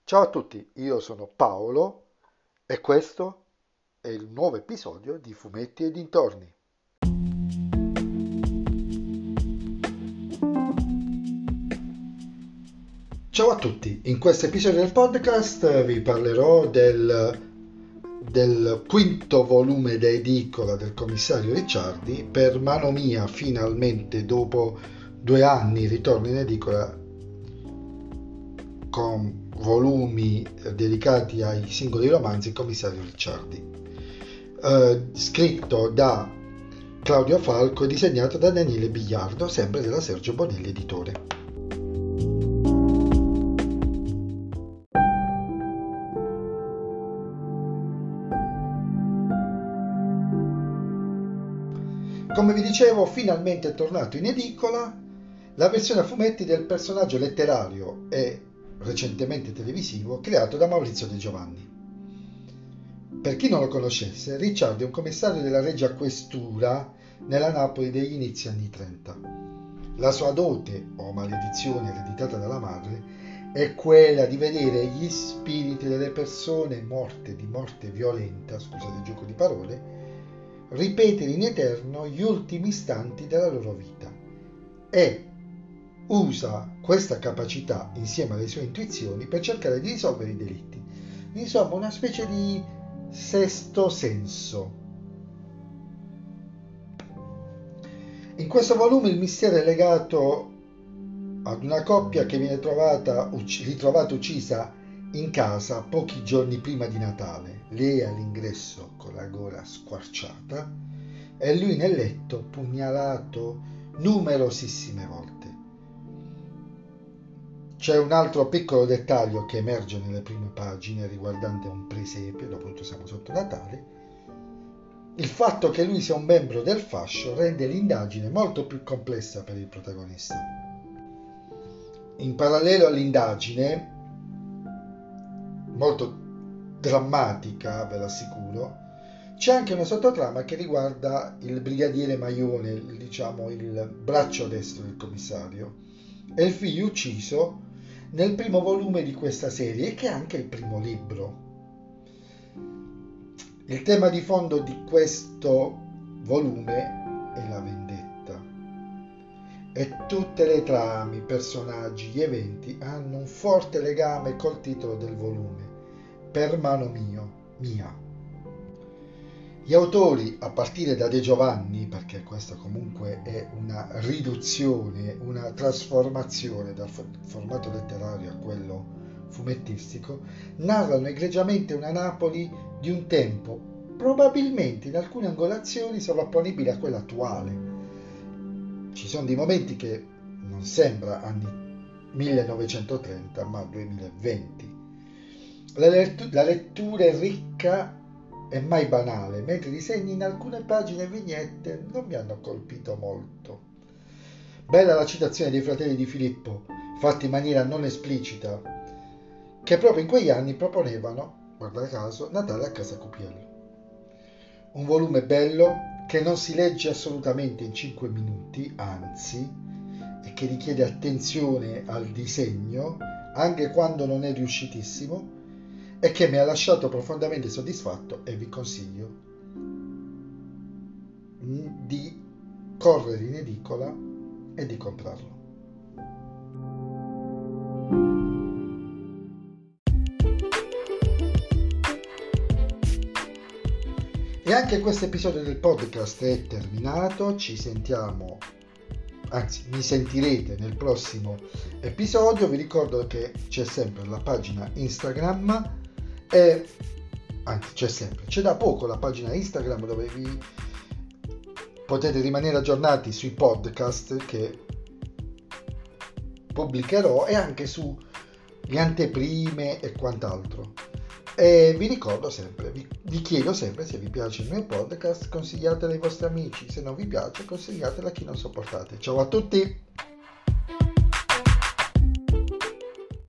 Ciao a tutti, io sono Paolo e questo è il nuovo episodio di Fumetti e dintorni. Ciao a tutti, in questo episodio del podcast vi parlerò del quinto volume da edicola del commissario Ricciardi. Per mano mia, finalmente dopo 2 anni ritorno in edicola con volumi dedicati ai singoli romanzi il commissario Ricciardi, scritto da Claudio Falco e disegnato da Daniele Bigliardo, sempre della Sergio Bonelli Editore. Come vi dicevo, finalmente è tornato in edicola la versione a fumetti del personaggio letterario e recentemente televisivo creato da Maurizio De Giovanni. Per chi non lo conoscesse, Ricciardi è un commissario della Regia Questura nella Napoli degli inizi anni 30. La sua dote o maledizione ereditata dalla madre è quella di vedere gli spiriti delle persone morte di morte violenta, scusate il gioco di parole, ripetere in eterno gli ultimi istanti della loro vita e usa questa capacità insieme alle sue intuizioni per cercare di risolvere i delitti. Insomma, una specie di sesto senso. In questo volume il mistero è legato ad una coppia che viene ritrovata uccisa in casa pochi giorni prima di Natale. Lei all'ingresso con la gola squarciata e lui nel letto pugnalato numerosissime volte. C'è un altro piccolo dettaglio che emerge nelle prime pagine riguardante un presepe, dopo siamo sotto Natale. Il fatto che lui sia un membro del fascio rende l'indagine molto più complessa per il protagonista. In parallelo all'indagine, molto drammatica, ve l'assicuro, c'è anche una sottotrama che riguarda il brigadiere Maione, diciamo il braccio destro del commissario, e il figlio ucciso nel primo volume di questa serie, che è anche il primo libro. Il tema di fondo di questo volume è la vendetta. E tutte le trame, i personaggi, gli eventi hanno un forte legame col titolo del volume, Per mano mia. Gli autori, a partire da De Giovanni, perché questa comunque è una riduzione, una trasformazione dal formato letterario a quello fumettistico, narrano egregiamente una Napoli di un tempo, probabilmente in alcune angolazioni sovrapponibile a quella attuale. Ci sono dei momenti che non sembra anni 1930, ma 2020. La lettura è ricca e mai banale, mentre i disegni in alcune pagine e vignette non mi hanno colpito molto. Bella la citazione dei fratelli di Filippo, fatta in maniera non esplicita, che proprio in quegli anni proponevano, guarda caso, Natale a casa Cupiello. Un volume bello che non si legge assolutamente in 5 minuti, anzi, e che richiede attenzione al disegno, anche quando non è riuscitissimo, e che mi ha lasciato profondamente soddisfatto e vi consiglio di correre in edicola e di comprarlo. E anche questo episodio del podcast è terminato, ci sentiamo, anzi mi sentirete nel prossimo episodio. Vi ricordo che c'è sempre la pagina Instagram e c'è da poco la pagina Instagram dove vi potete rimanere aggiornati sui podcast che pubblicherò e anche sulle anteprime e quant'altro. E vi ricordo sempre, vi chiedo sempre, se vi piace il mio podcast, consigliatelo ai vostri amici, se non vi piace consigliatelo a chi non sopportate. Ciao a tutti!